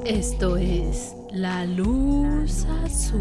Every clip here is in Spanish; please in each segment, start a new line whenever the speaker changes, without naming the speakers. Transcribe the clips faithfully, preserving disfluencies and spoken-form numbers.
Esto es La Luz Azul.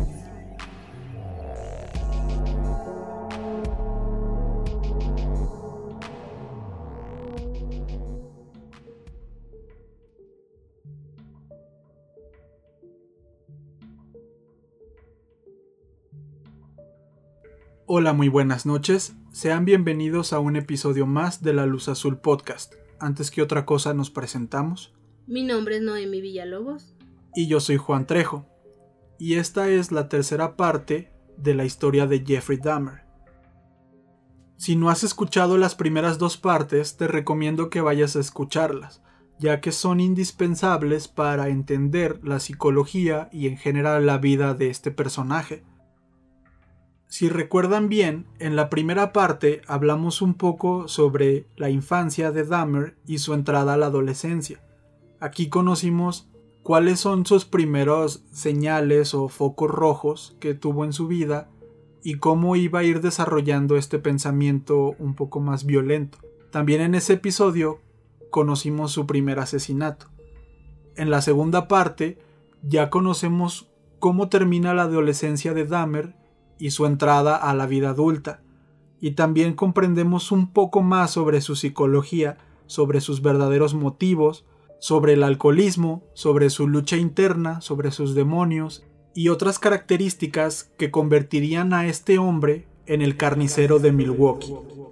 Hola, muy buenas noches. Sean bienvenidos a un episodio más de La Luz Azul Podcast. Antes que otra cosa nos presentamos.
Mi nombre es Noemi Villalobos.
Y yo soy Juan Trejo. Y esta es la tercera parte de la historia de Jeffrey Dahmer. Si no has escuchado las primeras dos partes, te recomiendo que vayas a escucharlas, ya que son indispensables para entender la psicología y en general la vida de este personaje. Si recuerdan bien, en la primera parte hablamos un poco sobre la infancia de Dahmer y su entrada a la adolescencia. Aquí conocimos cuáles son sus primeros señales o focos rojos que tuvo en su vida y cómo iba a ir desarrollando este pensamiento un poco más violento. También en ese episodio conocimos su primer asesinato. En la segunda parte ya conocemos cómo termina la adolescencia de Dahmer y su entrada a la vida adulta, y también comprendemos un poco más sobre su psicología, sobre sus verdaderos motivos, sobre el alcoholismo, sobre su lucha interna, sobre sus demonios y otras características que convertirían a este hombre en el carnicero de Milwaukee.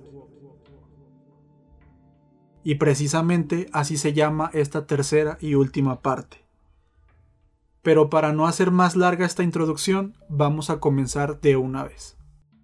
Y precisamente así se llama esta tercera y última parte. Pero para no hacer más larga esta introducción, vamos a comenzar de una vez.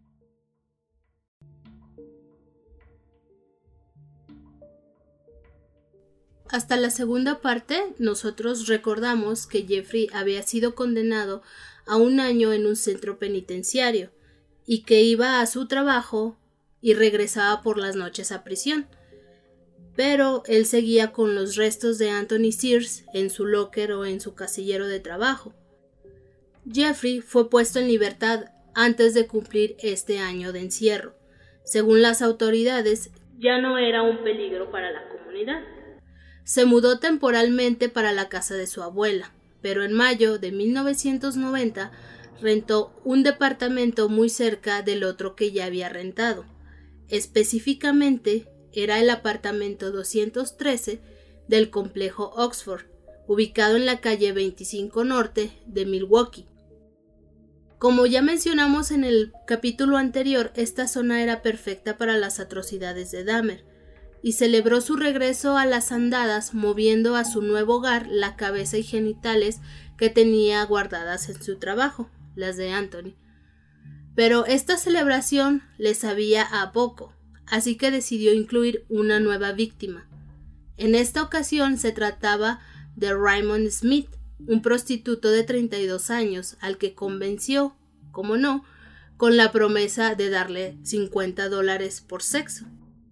Hasta la segunda parte, nosotros recordamos que Jeffrey había sido condenado a un año en un centro penitenciario y que iba a su trabajo y regresaba por las noches a prisión. Pero él seguía con los restos de Anthony Sears en su locker o en su casillero de trabajo. Jeffrey fue puesto en libertad antes de cumplir este año de encierro. Según las autoridades, ya no era un peligro para la comunidad. Se mudó temporalmente para la casa de su abuela, pero en mayo de mil novecientos noventa rentó un departamento muy cerca del otro que ya había rentado. Específicamente, era el apartamento doscientos trece del complejo Oxford, ubicado en la calle veinticinco Norte de Milwaukee. Como ya mencionamos en el capítulo anterior, esta zona era perfecta para las atrocidades de Dahmer, y celebró su regreso a las andadas moviendo a su nuevo hogar la cabeza y genitales que tenía guardadas en su trabajo, las de Anthony. Pero esta celebración le sabía a poco, así que decidió incluir una nueva víctima. En esta ocasión se trataba de Raymond Smith, un prostituto de treinta y dos años, al que convenció, como no, con la promesa de darle cincuenta dólares por sexo.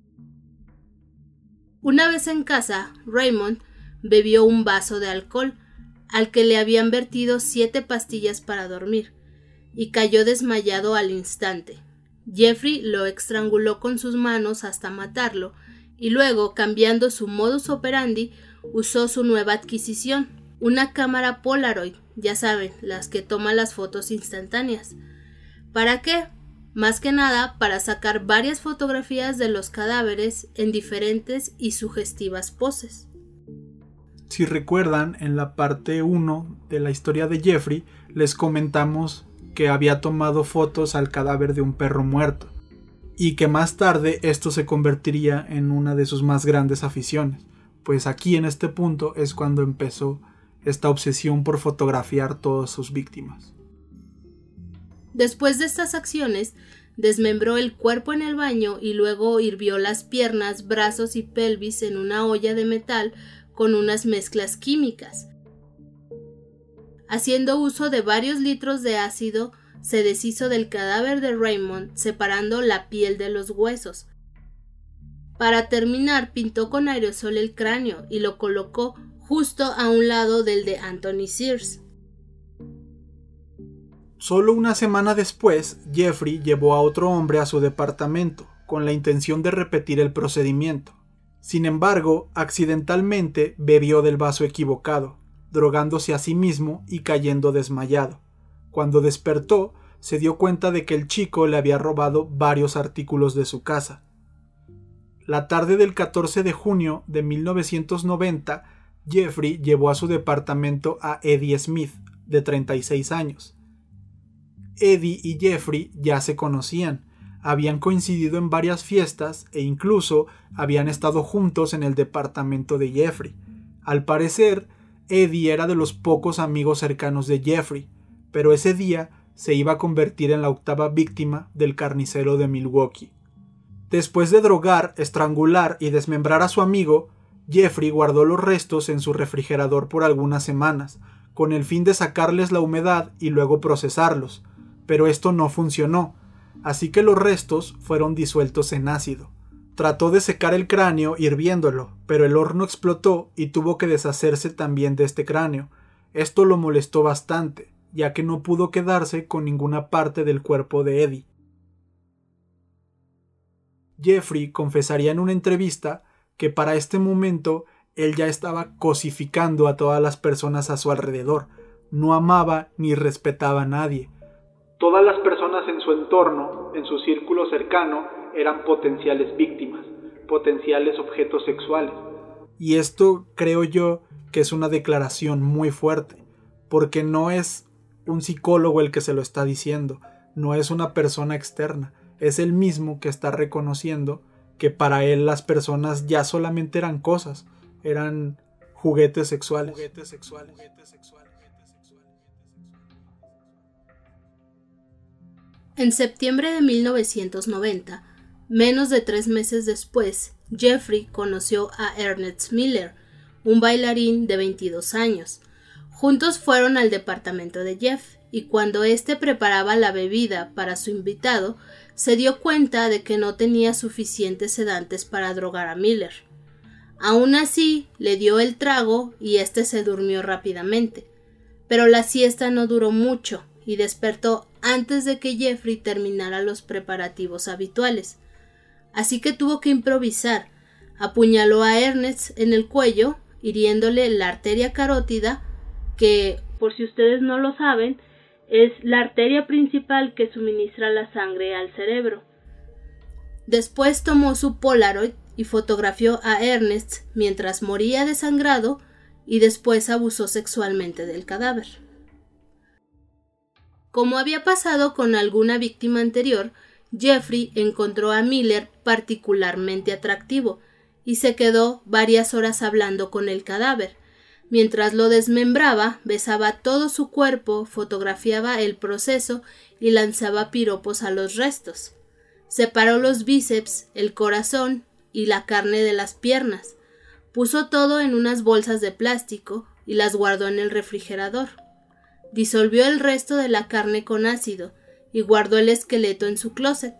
Una vez en casa, Raymond bebió un vaso de alcohol, al que le habían vertido siete pastillas para dormir, y cayó desmayado al instante. Jeffrey lo estranguló con sus manos hasta matarlo y luego, cambiando su modus operandi, usó su nueva adquisición, una cámara Polaroid, ya saben, las que toman las fotos instantáneas. ¿Para qué? Más que nada para sacar varias fotografías de los cadáveres en diferentes y sugestivas poses.
Si recuerdan, en la parte uno de la historia de Jeffrey les comentamos que había tomado fotos al cadáver de un perro muerto, y que más tarde esto se convertiría en una de sus más grandes aficiones, pues aquí en este punto es cuando empezó esta obsesión por fotografiar todas sus víctimas.
Después de estas acciones, desmembró el cuerpo en el baño y luego hirvió las piernas, brazos y pelvis en una olla de metal con unas mezclas químicas. Haciendo uso de varios litros de ácido, se deshizo del cadáver de Raymond, separando la piel de los huesos. Para terminar, pintó con aerosol el cráneo y lo colocó justo a un lado del de Anthony Sears.
Solo una semana después, Jeffrey llevó a otro hombre a su departamento, con la intención de repetir el procedimiento. Sin embargo, accidentalmente bebió del vaso equivocado, drogándose a sí mismo y cayendo desmayado. Cuando despertó, se dio cuenta de que el chico le había robado varios artículos de su casa. La tarde del catorce de junio de mil novecientos noventa, Jeffrey llevó a su departamento a Eddie Smith, de treinta y seis años. Eddie y Jeffrey ya se conocían, habían coincidido en varias fiestas e incluso habían estado juntos en el departamento de Jeffrey. Al parecer, Eddie era de los pocos amigos cercanos de Jeffrey, pero ese día se iba a convertir en la octava víctima del carnicero de Milwaukee. Después de drogar, estrangular y desmembrar a su amigo, Jeffrey guardó los restos en su refrigerador por algunas semanas, con el fin de sacarles la humedad y luego procesarlos, pero esto no funcionó, así que los restos fueron disueltos en ácido. Trató de secar el cráneo hirviéndolo, pero el horno explotó y tuvo que deshacerse también de este cráneo. Esto lo molestó bastante, ya que no pudo quedarse con ninguna parte del cuerpo de Eddie. Jeffrey confesaría en una entrevista que para este momento él ya estaba cosificando a todas las personas a su alrededor, no amaba ni respetaba a nadie. Todas las personas en su entorno, en su círculo cercano, eran potenciales víctimas, potenciales objetos sexuales. Y esto creo yo que es una declaración muy fuerte, porque no es un psicólogo el que se lo está diciendo, no es una persona externa, es él mismo que está reconociendo que para él las personas ya solamente eran cosas, eran juguetes sexuales. Juguetes sexuales. Juguetes sexuales.
En septiembre de mil novecientos noventa, menos de tres meses después, Jeffrey conoció a Ernest Miller, un bailarín de veintidós años. Juntos fueron al departamento de Jeff, y cuando éste preparaba la bebida para su invitado, se dio cuenta de que no tenía suficientes sedantes para drogar a Miller. Aún así, le dio el trago y éste se durmió rápidamente. Pero la siesta no duró mucho y despertó antes de que Jeffrey terminara los preparativos habituales. Así que tuvo que improvisar. Apuñaló a Ernest en el cuello, hiriéndole la arteria carótida, que, por si ustedes no lo saben, es la arteria principal que suministra la sangre al cerebro. Después tomó su Polaroid y fotografió a Ernest mientras moría desangrado y después abusó sexualmente del cadáver. Como había pasado con alguna víctima anterior, Jeffrey encontró a Miller particularmente atractivo y se quedó varias horas hablando con el cadáver. Mientras lo desmembraba, besaba todo su cuerpo, fotografiaba el proceso y lanzaba piropos a los restos. Separó los bíceps, el corazón y la carne de las piernas. Puso todo en unas bolsas de plástico y las guardó en el refrigerador. Disolvió el resto de la carne con ácido y guardó el esqueleto en su closet.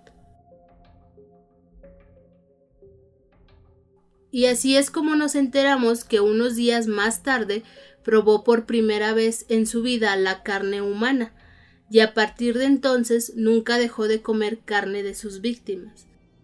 Y así es como nos enteramos que unos días más tarde probó por primera vez en su vida la carne humana, y a partir de entonces nunca dejó de comer carne de sus víctimas.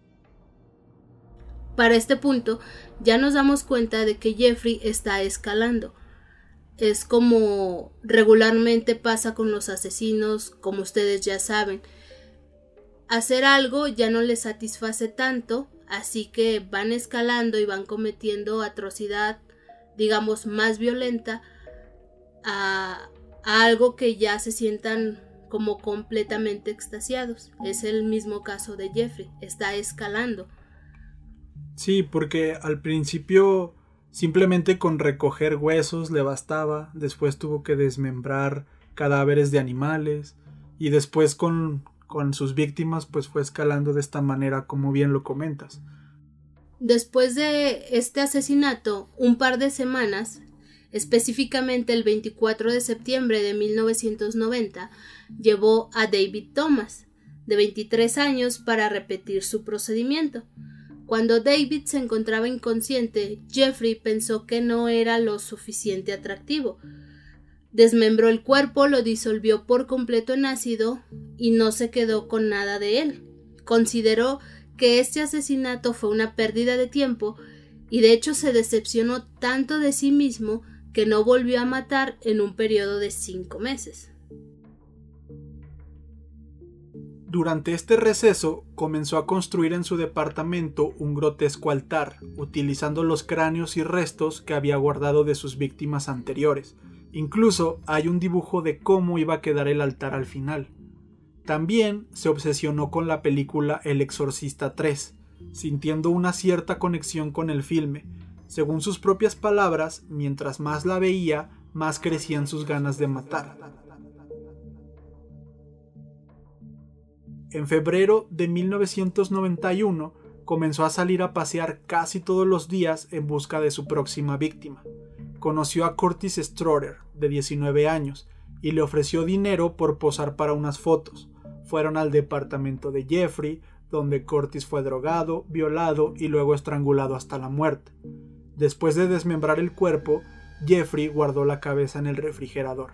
Para este punto ya nos damos cuenta de que Jeffrey está escalando. Es como regularmente pasa con los asesinos, como ustedes ya saben. Hacer algo ya no les satisface tanto, así que van escalando y van cometiendo atrocidad, digamos, más violenta a, a algo que ya se sientan como completamente extasiados. Es el mismo caso de Jeffrey, está escalando.
Sí, porque al principio simplemente con recoger huesos le bastaba, después tuvo que desmembrar cadáveres de animales y después con, con sus víctimas pues fue escalando de esta manera, como bien lo comentas.
Después de este asesinato, un par de semanas, específicamente el veinticuatro de septiembre de mil novecientos noventa, llevó a David Thomas, de veintitrés años, para repetir su procedimiento. Cuando David se encontraba inconsciente, Jeffrey pensó que no era lo suficiente atractivo. Desmembró el cuerpo, lo disolvió por completo en ácido y no se quedó con nada de él. Consideró que este asesinato fue una pérdida de tiempo y de hecho se decepcionó tanto de sí mismo que no volvió a matar en un periodo de cinco meses.
Durante este receso, comenzó a construir en su departamento un grotesco altar, utilizando los cráneos y restos que había guardado de sus víctimas anteriores. Incluso hay un dibujo de cómo iba a quedar el altar al final. También se obsesionó con la película El Exorcista tres, sintiendo una cierta conexión con el filme. Según sus propias palabras, mientras más la veía, más crecían sus ganas de matar. En febrero de mil novecientos noventa y uno comenzó a salir a pasear casi todos los días en busca de su próxima víctima. Conoció a Curtis Strother, de diecinueve años, y le ofreció dinero por posar para unas fotos. Fueron al departamento de Jeffrey, donde Curtis fue drogado, violado y luego estrangulado hasta la muerte. Después de desmembrar el cuerpo, Jeffrey guardó la cabeza en el refrigerador.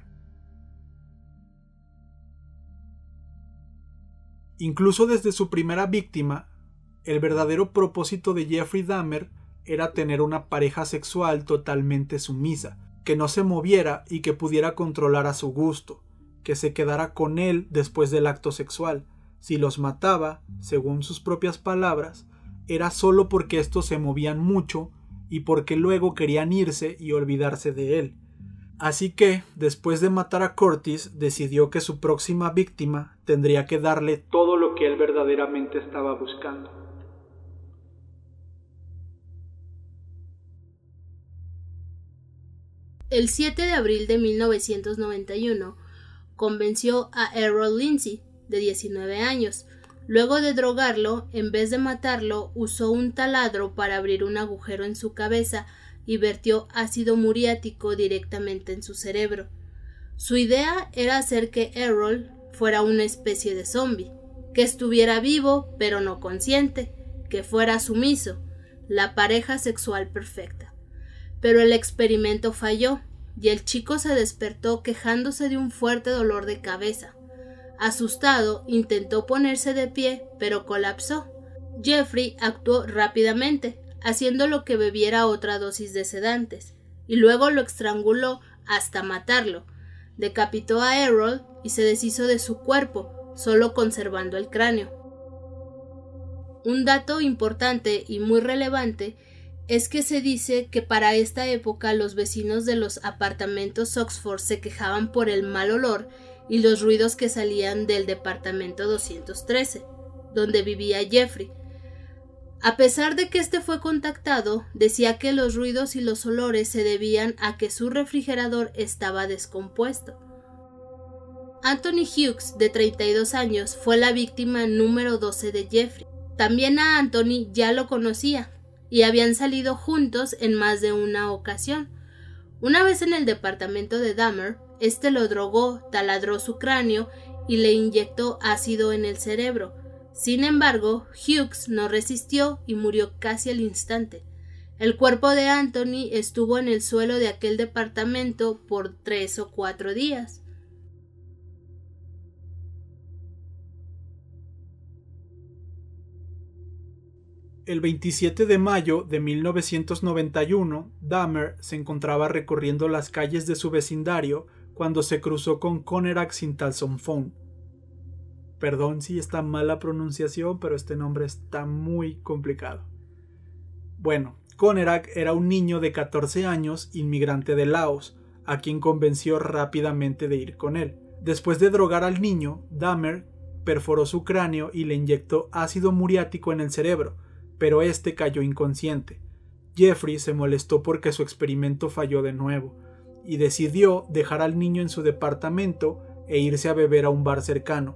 Incluso desde su primera víctima, el verdadero propósito de Jeffrey Dahmer era tener una pareja sexual totalmente sumisa, que no se moviera y que pudiera controlar a su gusto, que se quedara con él después del acto sexual. Si los mataba, según sus propias palabras, era solo porque estos se movían mucho y porque luego querían irse y olvidarse de él. Así que, después de matar a Curtis, decidió que su próxima víctima tendría que darle todo lo que él verdaderamente estaba buscando.
El siete de abril de mil novecientos noventa y uno, convenció a Errol Lindsey, de diecinueve años. Luego de drogarlo, en vez de matarlo, usó un taladro para abrir un agujero en su cabeza y vertió ácido muriático directamente en su cerebro. Su idea era hacer que Errol fuera una especie de zombie, que estuviera vivo pero no consciente, que fuera sumiso, la pareja sexual perfecta. Pero el experimento falló y el chico se despertó quejándose de un fuerte dolor de cabeza. Asustado, intentó ponerse de pie, pero colapsó. Jeffrey actuó rápidamente, haciéndolo que bebiera otra dosis de sedantes, y luego lo estranguló hasta matarlo. Decapitó a Errol y se deshizo de su cuerpo, solo conservando el cráneo. Un dato importante y muy relevante es que se dice que para esta época los vecinos de los apartamentos Oxford se quejaban por el mal olor y los ruidos que salían del departamento doscientos trece, donde vivía Jeffrey. A pesar de que este fue contactado, decía que los ruidos y los olores se debían a que su refrigerador estaba descompuesto. Anthony Hughes, de treinta y dos años, fue la víctima número doce de Jeffrey. También a Anthony ya lo conocía, y habían salido juntos en más de una ocasión. Una vez en el departamento de Dahmer, este lo drogó, taladró su cráneo y le inyectó ácido en el cerebro. Sin embargo, Hughes no resistió y murió casi al instante. El cuerpo de Anthony estuvo en el suelo de aquel departamento por tres o cuatro días.
El veintisiete de mayo de mil novecientos noventa y uno, Dahmer se encontraba recorriendo las calles de su vecindario cuando se cruzó con Conrad Sintalson-Fone. Perdón si está mala pronunciación, pero este nombre está muy complicado. Bueno, Conrad era un niño de catorce años, inmigrante de Laos, a quien convenció rápidamente de ir con él. Después de drogar al niño, Dahmer perforó su cráneo y le inyectó ácido muriático en el cerebro, pero este cayó inconsciente. Jeffrey se molestó porque su experimento falló de nuevo, y decidió dejar al niño en su departamento e irse a beber a un bar cercano.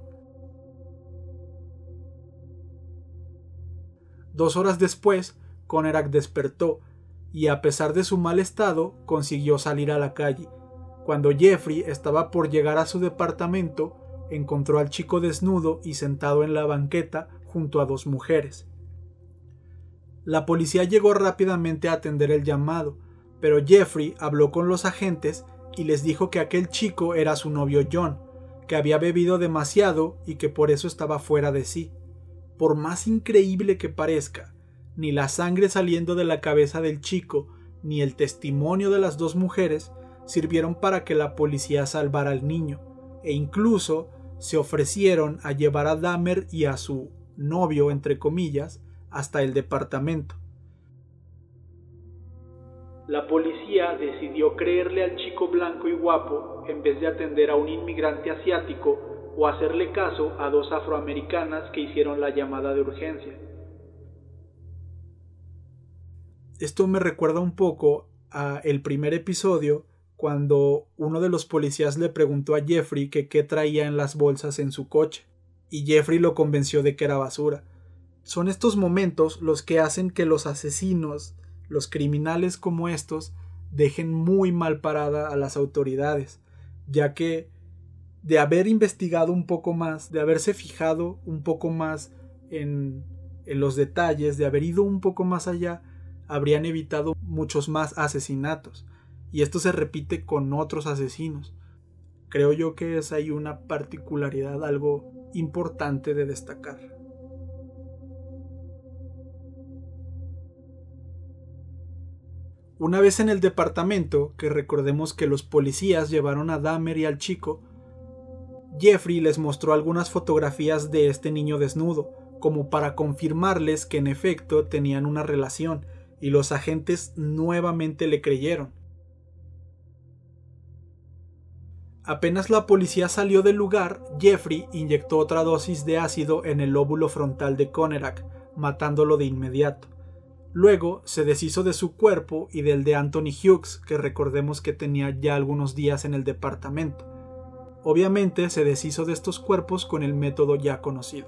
Dos horas después, Conrad despertó, y a pesar de su mal estado, consiguió salir a la calle. Cuando Jeffrey estaba por llegar a su departamento, encontró al chico desnudo y sentado en la banqueta junto a dos mujeres. La policía llegó rápidamente a atender el llamado, pero Jeffrey habló con los agentes y les dijo que aquel chico era su novio John, que había bebido demasiado y que por eso estaba fuera de sí. Por más increíble que parezca, ni la sangre saliendo de la cabeza del chico, ni el testimonio de las dos mujeres sirvieron para que la policía salvara al niño, e incluso se ofrecieron a llevar a Dahmer y a su novio, entre comillas, hasta el departamento. La policía decidió creerle al chico blanco y guapo en vez de atender a un inmigrante asiático o hacerle caso a dos afroamericanas que hicieron la llamada de urgencia. Esto me recuerda un poco a el primer episodio, cuando uno de los policías le preguntó a Jeffrey que qué traía en las bolsas en su coche, y Jeffrey lo convenció de que era basura. Son estos momentos los que hacen que los asesinos, los criminales como estos, dejen muy mal parada a las autoridades, ya que de haber investigado un poco más, de haberse fijado un poco más en, en los detalles, de haber ido un poco más allá, habrían evitado muchos más asesinatos. Y esto se repite con otros asesinos. Creo yo que es ahí una particularidad algo importante de destacar. Una vez en el departamento, que recordemos que los policías llevaron a Dahmer y al chico, Jeffrey les mostró algunas fotografías de este niño desnudo, como para confirmarles que en efecto tenían una relación, y los agentes nuevamente le creyeron. Apenas la policía salió del lugar, Jeffrey inyectó otra dosis de ácido en el lóbulo frontal de Conerak, matándolo de inmediato. Luego se deshizo de su cuerpo y del de Anthony Hughes, que recordemos que tenía ya algunos días en el departamento. Obviamente se deshizo de estos cuerpos con el método ya conocido.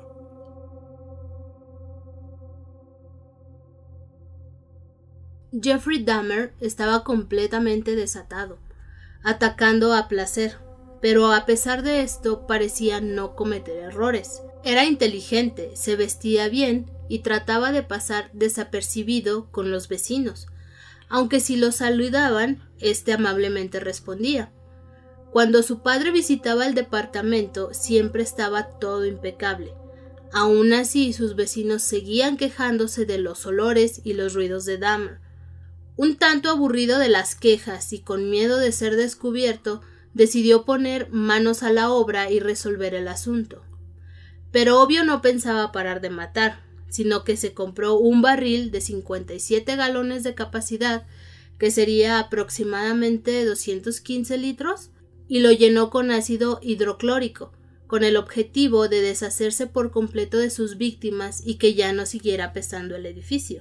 Jeffrey Dahmer estaba completamente desatado, atacando a placer, pero a pesar de esto parecía no cometer errores. Era inteligente, se vestía bien y trataba de pasar desapercibido con los vecinos, aunque si lo saludaban, éste amablemente respondía. Cuando su padre visitaba el departamento, siempre estaba todo impecable. Aún así, sus vecinos seguían quejándose de los olores y los ruidos de Dahmer. Un tanto aburrido de las quejas y con miedo de ser descubierto, decidió poner manos a la obra y resolver el asunto. Pero obvio no pensaba parar de matar, sino que se compró un barril de cincuenta y siete galones de capacidad, que sería aproximadamente doscientos quince litros, y lo llenó con ácido hidroclórico, con el objetivo de deshacerse por completo de sus víctimas y que ya no siguiera apestando el edificio.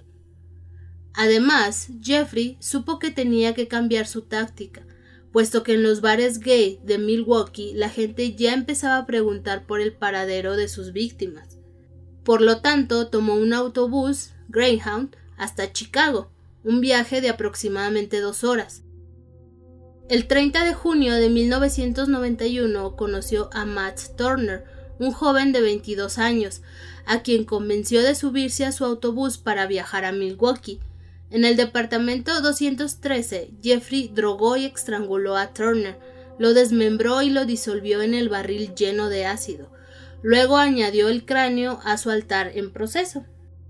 Además, Jeffrey supo que tenía que cambiar su táctica, puesto que en los bares gay de Milwaukee la gente ya empezaba a preguntar por el paradero de sus víctimas. Por lo tanto, tomó un autobús Greyhound hasta Chicago, un viaje de aproximadamente dos horas. El treinta de junio de mil novecientos noventa y uno conoció a Matt Turner, un joven de veintidós años, a quien convenció de subirse a su autobús para viajar a Milwaukee. En el departamento doscientos trece, Jeffrey drogó y estranguló a Turner, lo desmembró y lo disolvió en el barril lleno de ácido. Luego añadió el cráneo a su altar en proceso.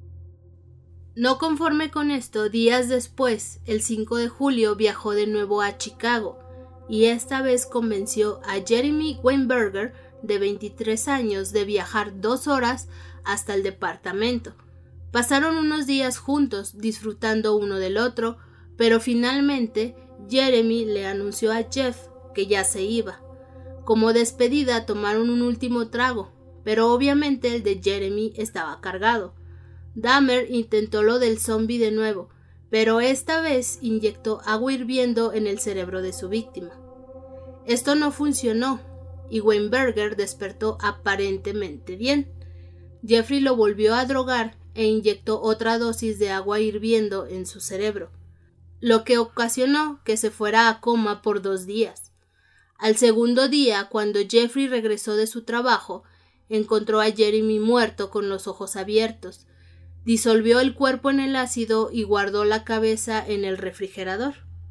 No conforme con esto, días después, el cinco de julio, viajó de nuevo a Chicago, y esta vez convenció a Jeremy Weinberger, de veintitrés años, de viajar dos horas hasta el departamento. Pasaron unos días juntos, disfrutando uno del otro, pero finalmente Jeremy le anunció a Jeff que ya se iba. Como despedida tomaron un último trago, pero obviamente el de Jeremy estaba cargado. Dahmer intentó lo del zombie de nuevo, pero esta vez inyectó agua hirviendo en el cerebro de su víctima. Esto no funcionó, y Weinberger despertó aparentemente bien. Jeffrey lo volvió a drogar e inyectó otra dosis de agua hirviendo en su cerebro, lo que ocasionó que se fuera a coma por dos días. Al segundo día, cuando Jeffrey regresó de su trabajo, encontró a Jeremy muerto con los ojos abiertos. Disolvió el cuerpo en el ácido y guardó la cabeza en el refrigerador.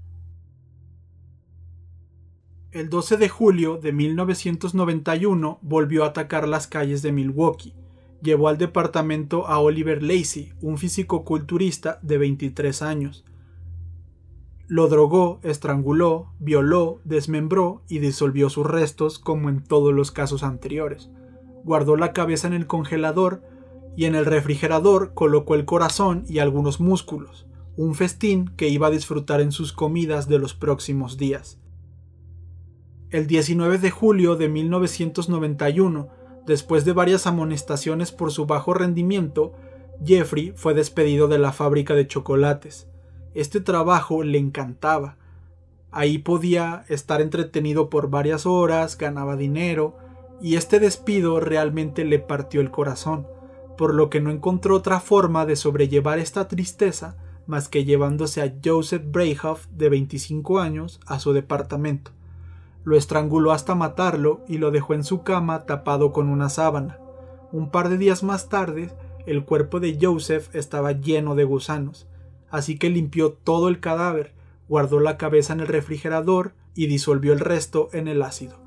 El doce de julio de mil novecientos noventa y uno volvió a atacar las calles de Milwaukee. Llevó al departamento a Oliver Lacey, un fisicoculturista de veintitrés años. Lo drogó, estranguló, violó, desmembró y disolvió sus restos como en todos los casos anteriores. Guardó la cabeza en el congelador y en el refrigerador colocó el corazón y algunos músculos, un festín que iba a disfrutar en sus comidas de los próximos días. El diecinueve de julio de mil novecientos noventa y uno, después de varias amonestaciones por su bajo rendimiento, Jeffrey fue despedido de la fábrica de chocolates. Este trabajo le encantaba. Ahí podía estar entretenido por varias horas, ganaba dinero, y este despido realmente le partió el corazón, por lo que no encontró otra forma de sobrellevar esta tristeza más que llevándose a Joseph Breithoff, de veinticinco años, a su departamento. Lo estranguló hasta matarlo y lo dejó en su cama tapado con una sábana. Un par de días más tarde, el cuerpo de Joseph estaba lleno de gusanos, así que limpió todo el cadáver, guardó la cabeza en el refrigerador y disolvió el resto en el ácido.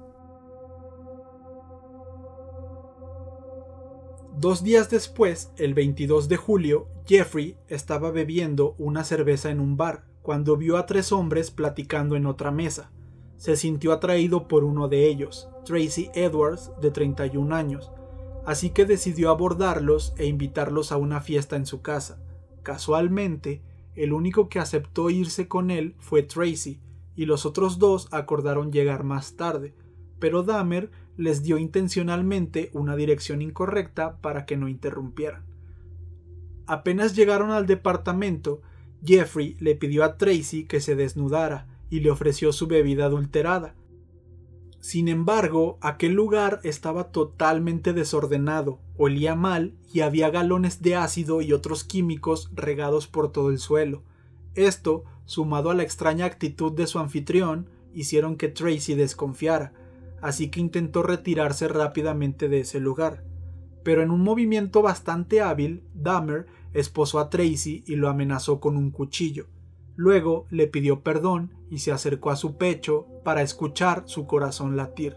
Dos días después, el veintidós de julio, Jeffrey estaba bebiendo una cerveza en un bar cuando vio a tres hombres platicando en otra mesa. Se sintió atraído por uno de ellos, Tracy Edwards, de treinta y un años, así que decidió abordarlos e invitarlos a una fiesta en su casa. Casualmente, el único que aceptó irse con él fue Tracy, y los otros dos acordaron llegar más tarde, pero Dahmer les dio intencionalmente una dirección incorrecta para que no interrumpieran. Apenas llegaron al departamento, Jeffrey le pidió a Tracy que se desnudara y le ofreció su bebida adulterada. Sin embargo, aquel lugar estaba totalmente desordenado, olía mal y había galones de ácido y otros químicos regados por todo el suelo. Esto, sumado a la extraña actitud de su anfitrión, hicieron que Tracy desconfiara, así que intentó retirarse rápidamente de ese lugar. Pero en un movimiento bastante hábil, Dahmer esposó a Tracy y lo amenazó con un cuchillo. Luego le pidió perdón y se acercó a su pecho para escuchar su corazón latir.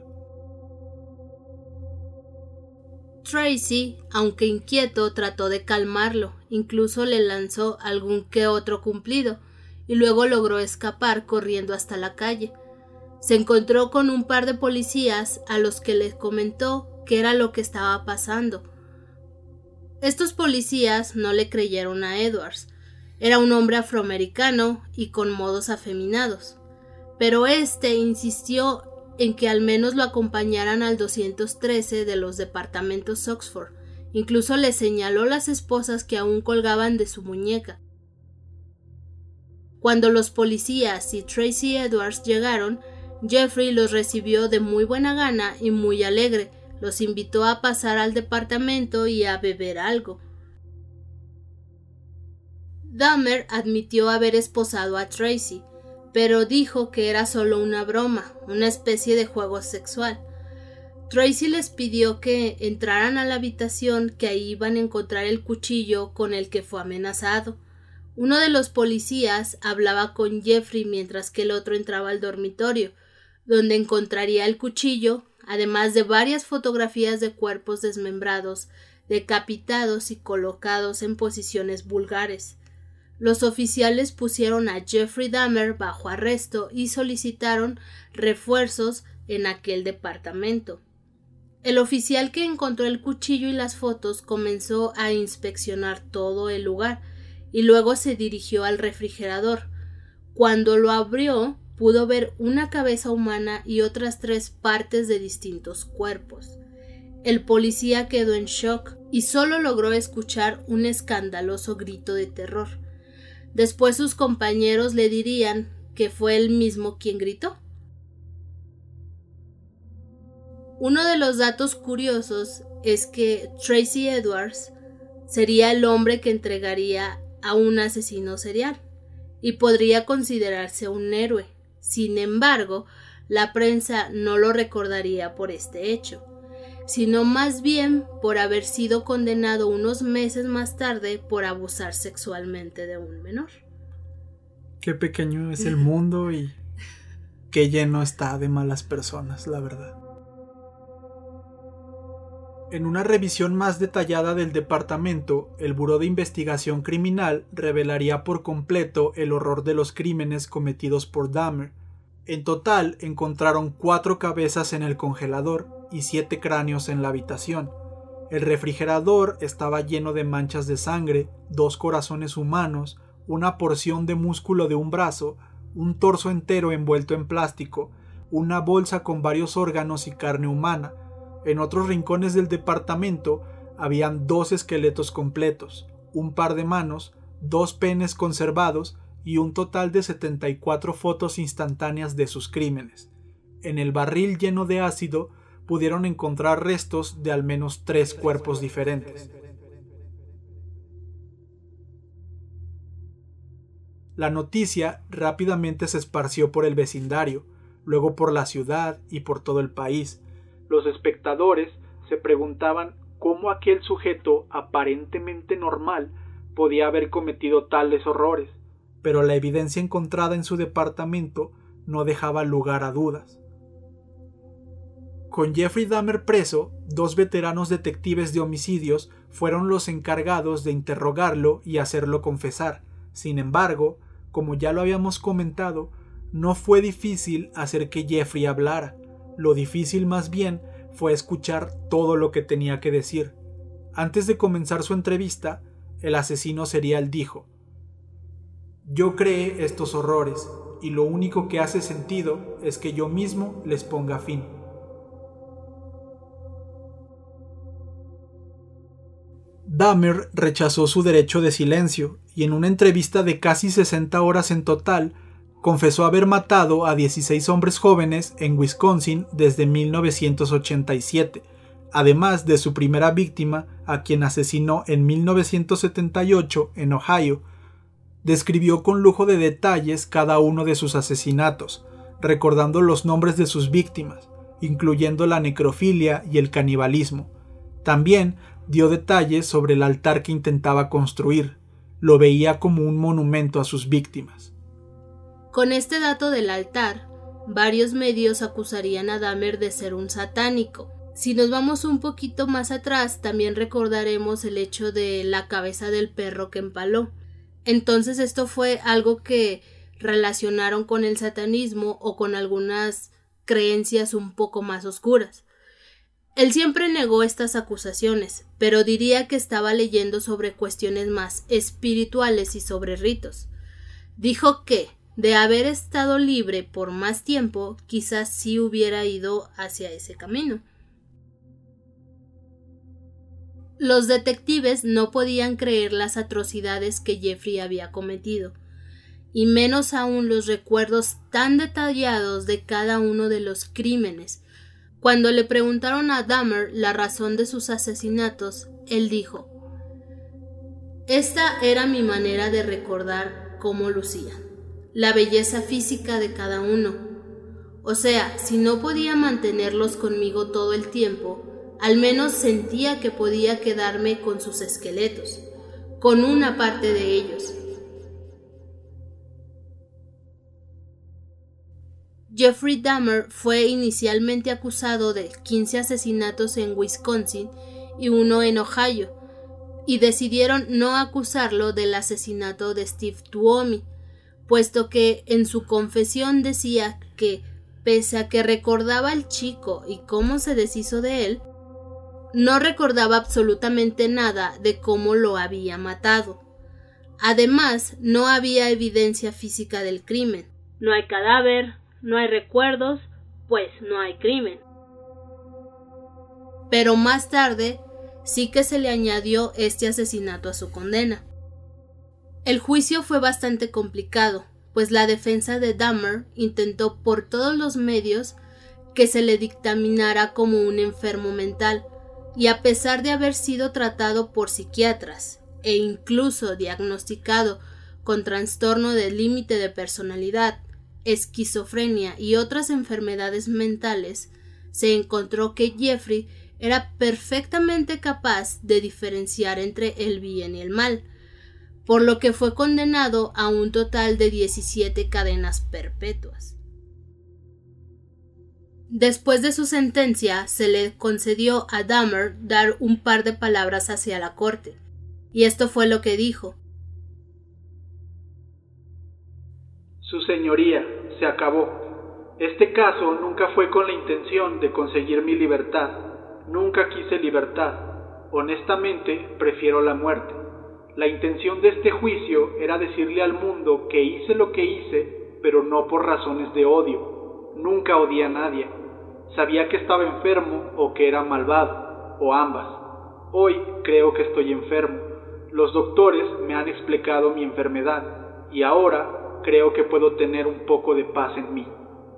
Tracy, aunque inquieto, trató de calmarlo, incluso le lanzó algún que otro cumplido, y luego logró escapar corriendo hasta la calle. Se encontró con un par de policías a los que les comentó qué era lo que estaba pasando. Estos policías no le creyeron a Edwards. Era un hombre afroamericano y con modos afeminados, pero este insistió en que al menos lo acompañaran al doscientos trece de los departamentos Oxford. Incluso le señaló las esposas que aún colgaban de su muñeca. Cuando los policías y Tracy Edwards llegaron, Jeffrey los recibió de muy buena gana y muy alegre. Los invitó a pasar al departamento y a beber algo. Dahmer admitió haber esposado a Tracy, pero dijo que era solo una broma, una especie de juego sexual. Tracy les pidió que entraran a la habitación, que ahí iban a encontrar el cuchillo con el que fue amenazado. Uno de los policías hablaba con Jeffrey mientras que el otro entraba al dormitorio, donde encontraría el cuchillo, además de varias fotografías de cuerpos desmembrados, decapitados y colocados en posiciones vulgares. Los oficiales pusieron a Jeffrey Dahmer bajo arresto y solicitaron refuerzos en aquel departamento. El oficial que encontró el cuchillo y las fotos comenzó a inspeccionar todo el lugar y luego se dirigió al refrigerador. Cuando lo abrió, pudo ver una cabeza humana y otras tres partes de distintos cuerpos. El policía quedó en shock y solo logró escuchar un escandaloso grito de terror. Después sus compañeros le dirían que fue él mismo quien gritó. Uno de los datos curiosos es que Tracy Edwards sería el hombre que entregaría a un asesino serial y podría considerarse un héroe. Sin embargo, la prensa no lo recordaría por este hecho, sino más bien por haber sido condenado unos meses más tarde por abusar sexualmente de un menor.
Qué pequeño es el mundo y qué lleno está de malas personas, la verdad. En una revisión más detallada del departamento, el Buró de Investigación Criminal revelaría por completo el horror de los crímenes cometidos por Dahmer. En total, encontraron cuatro cabezas en el congelador y siete cráneos en la habitación. El refrigerador estaba lleno de manchas de sangre, dos corazones humanos, una porción de músculo de un brazo, un torso entero envuelto en plástico, una bolsa con varios órganos y carne humana. En otros rincones del departamento habían dos esqueletos completos, un par de manos, dos penes conservados y un total de setenta y cuatro fotos instantáneas de sus crímenes. En el barril lleno de ácido pudieron encontrar restos de al menos tres cuerpos diferentes. La noticia rápidamente se esparció por el vecindario, luego por la ciudad y por todo el país. Los espectadores se preguntaban cómo aquel sujeto aparentemente normal podía haber cometido tales horrores, pero la evidencia encontrada en su departamento no dejaba lugar a dudas. Con Jeffrey Dahmer preso, dos veteranos detectives de homicidios fueron los encargados de interrogarlo y hacerlo confesar. Sin embargo, como ya lo habíamos comentado, no fue difícil hacer que Jeffrey hablara. Lo difícil más bien fue escuchar todo lo que tenía que decir. Antes de comenzar su entrevista, el asesino serial dijo: «Yo creé estos horrores, y lo único que hace sentido es que yo mismo les ponga fin». Dahmer rechazó su derecho de silencio y en una entrevista de casi sesenta horas en total, confesó haber matado a dieciséis hombres jóvenes en Wisconsin desde mil novecientos ochenta y siete, además de su primera víctima, a quien asesinó en mil novecientos setenta y ocho en Ohio. Describió con lujo de detalles cada uno de sus asesinatos, recordando los nombres de sus víctimas, incluyendo la necrofilia y el canibalismo. También dio detalles sobre el altar que intentaba construir. Lo veía como un monumento a sus víctimas.
Con este dato del altar, varios medios acusarían a Dahmer de ser un satánico. Si nos vamos un poquito más atrás, también recordaremos el hecho de la cabeza del perro que empaló. Entonces esto fue algo que relacionaron con el satanismo o con algunas creencias un poco más oscuras. Él siempre negó estas acusaciones, pero diría que estaba leyendo sobre cuestiones más espirituales y sobre ritos. Dijo que, de haber estado libre por más tiempo, quizás sí hubiera ido hacia ese camino. Los detectives no podían creer las atrocidades que Jeffrey había cometido, y menos aún los recuerdos tan detallados de cada uno de los crímenes. Cuando le preguntaron a Dahmer la razón de sus asesinatos, él dijo: «Esta era mi manera de recordar cómo lucía, la belleza física de cada uno. O sea, si no podía mantenerlos conmigo todo el tiempo, al menos sentía que podía quedarme con sus esqueletos, con una parte de ellos». Jeffrey Dahmer fue inicialmente acusado de quince asesinatos en Wisconsin y uno en Ohio, y decidieron no acusarlo del asesinato de Steve Tuomi, puesto que en su confesión decía que, pese a que recordaba al chico y cómo se deshizo de él, no recordaba absolutamente nada de cómo lo había matado. Además, no había evidencia física del crimen. No hay cadáver, no hay recuerdos, pues no hay crimen. Pero más tarde sí que se le añadió este asesinato a su condena. El juicio fue bastante complicado, pues la defensa de Dahmer intentó por todos los medios que se le dictaminara como un enfermo mental, y a pesar de haber sido tratado por psiquiatras e incluso diagnosticado con trastorno del límite de personalidad, esquizofrenia y otras enfermedades mentales, se encontró que Jeffrey era perfectamente capaz de diferenciar entre el bien y el mal, por lo que fue condenado a un total de diecisiete cadenas perpetuas. Después de su sentencia, se le concedió a Dahmer dar un par de palabras hacia la corte, y esto fue lo que dijo.
Su señoría, se acabó. Este caso nunca fue con la intención de conseguir mi libertad. Nunca quise libertad. Honestamente, prefiero la muerte. La intención de este juicio era decirle al mundo que hice lo que hice, pero no por razones de odio. Nunca odié a nadie. Sabía que estaba enfermo o que era malvado, o ambas. Hoy creo que estoy enfermo. Los doctores me han explicado mi enfermedad, y ahora creo que puedo tener un poco de paz en mí.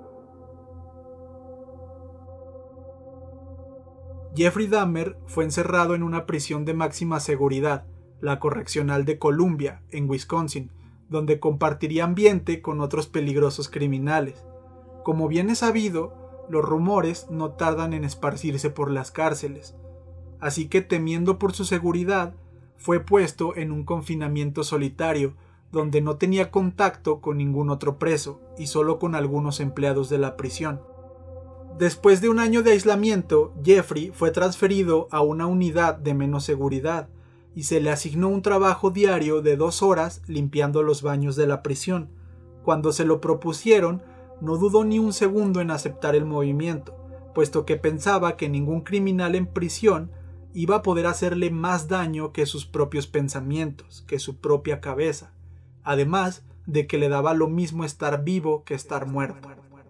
Jeffrey Dahmer fue encerrado en una prisión de máxima seguridad, la Correccional de Columbia, en Wisconsin, donde compartiría ambiente con otros peligrosos criminales. Como bien es sabido, los rumores no tardan en esparcirse por las cárceles, así que temiendo por su seguridad, fue puesto en un confinamiento solitario, donde no tenía contacto con ningún otro preso y solo con algunos empleados de la prisión. Después de un año de aislamiento, Jeffrey fue transferido a una unidad de menos seguridad y se le asignó un trabajo diario de dos horas limpiando los baños de la prisión. Cuando se lo propusieron, no dudó ni un segundo en aceptar el movimiento, puesto que pensaba que ningún criminal en prisión iba a poder hacerle más daño que sus propios pensamientos, que su propia cabeza, además de que le daba lo mismo estar vivo que estar muerto.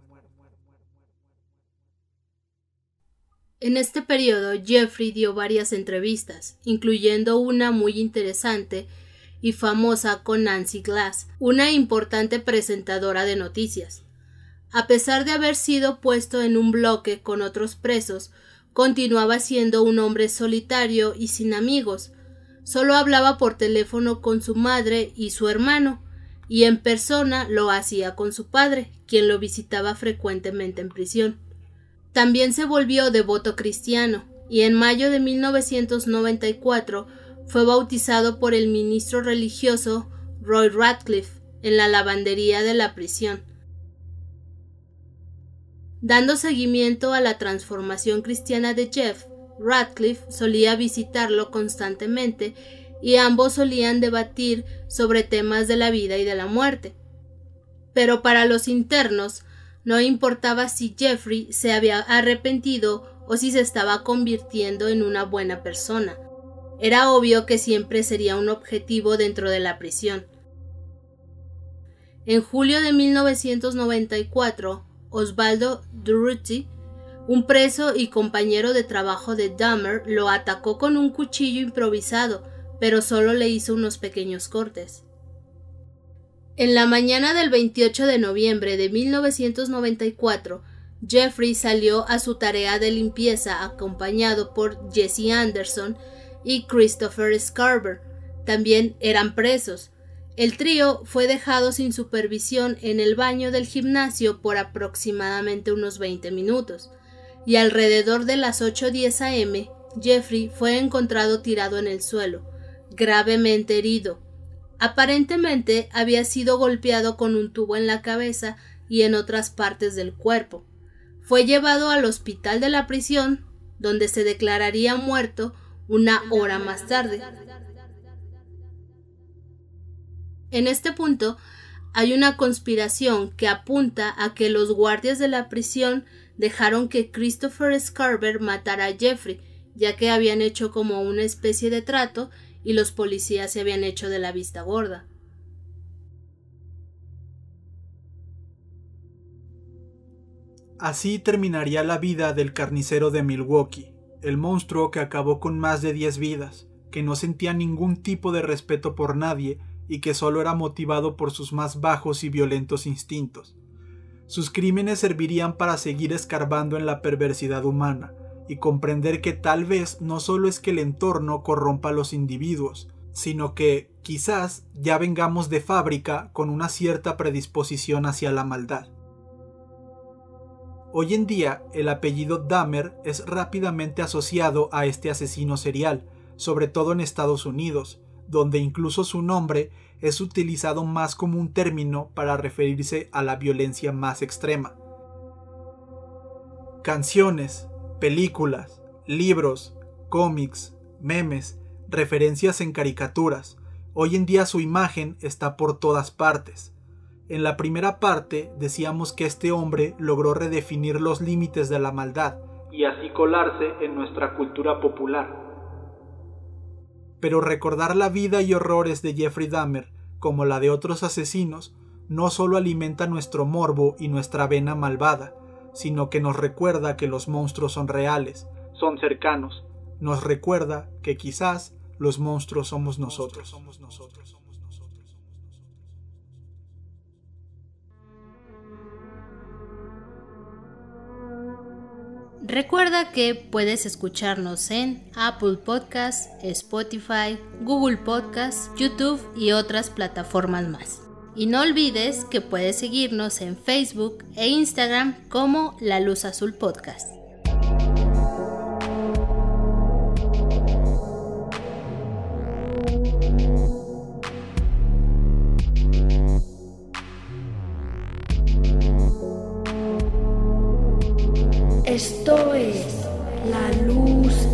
En este periodo, Jeffrey dio varias entrevistas, incluyendo una muy interesante y famosa con Nancy Glass, una importante presentadora de noticias. A pesar de haber sido puesto en un bloque con otros presos, continuaba siendo un hombre solitario y sin amigos. Solo hablaba por teléfono con su madre y su hermano, y en persona lo hacía con su padre, quien lo visitaba frecuentemente en prisión. También se volvió devoto cristiano, y en mayo de mil novecientos noventa y cuatro fue bautizado por el ministro religioso Roy Ratcliffe en la lavandería de la prisión. Dando seguimiento a la transformación cristiana de Jeff, Ratcliffe solía visitarlo constantemente y ambos solían debatir sobre temas de la vida y de la muerte. Pero para los internos no importaba si Jeffrey se había arrepentido o si se estaba convirtiendo en una buena persona. Era obvio que siempre sería un objetivo dentro de la prisión. En julio de mil novecientos noventa y cuatro, Osvaldo Durruti, un preso y compañero de trabajo de Dahmer, lo atacó con un cuchillo improvisado, pero solo le hizo unos pequeños cortes. En la mañana del veintiocho de noviembre de mil novecientos noventa y cuatro, Jeffrey salió a su tarea de limpieza acompañado por Jesse Anderson y Christopher Scarver. También eran presos. El trío fue dejado sin supervisión en el baño del gimnasio por aproximadamente unos veinte minutos, y alrededor de las ocho diez a eme, Jeffrey fue encontrado tirado en el suelo, gravemente herido. Aparentemente había sido golpeado con un tubo en la cabeza y en otras partes del cuerpo. Fue llevado al hospital de la prisión, donde se declararía muerto una hora más tarde. En este punto, hay una conspiración que apunta a que los guardias de la prisión dejaron que Christopher Scarver matara a Jeffrey, ya que habían hecho como una especie de trato y los policías se habían hecho de la vista gorda.
Así terminaría la vida del carnicero de Milwaukee, el monstruo que acabó con más de diez vidas, que no sentía ningún tipo de respeto por nadie y que solo era motivado por sus más bajos y violentos instintos. Sus crímenes servirían para seguir escarbando en la perversidad humana y comprender que tal vez no solo es que el entorno corrompa a los individuos, sino que, quizás, ya vengamos de fábrica con una cierta predisposición hacia la maldad. Hoy en día, el apellido Dahmer es rápidamente asociado a este asesino serial, sobre todo en Estados Unidos, donde incluso su nombre es utilizado más como un término para referirse a la violencia más extrema. Canciones, películas, libros, cómics, memes, referencias en caricaturas. Hoy en día su imagen está por todas partes. En la primera parte decíamos que este hombre logró redefinir los límites de la maldad y así colarse en nuestra cultura popular. Pero recordar la vida y horrores de Jeffrey Dahmer, como la de otros asesinos, no solo alimenta nuestro morbo y nuestra vena malvada, sino que nos recuerda que los monstruos son reales, son cercanos. Nos recuerda que quizás los monstruos somos nosotros.
Recuerda que puedes escucharnos en Apple Podcasts, Spotify, Google Podcasts, YouTube y otras plataformas más. Y no olvides que puedes seguirnos en Facebook e Instagram como La Luz Azul Podcast.
Esto es La Luz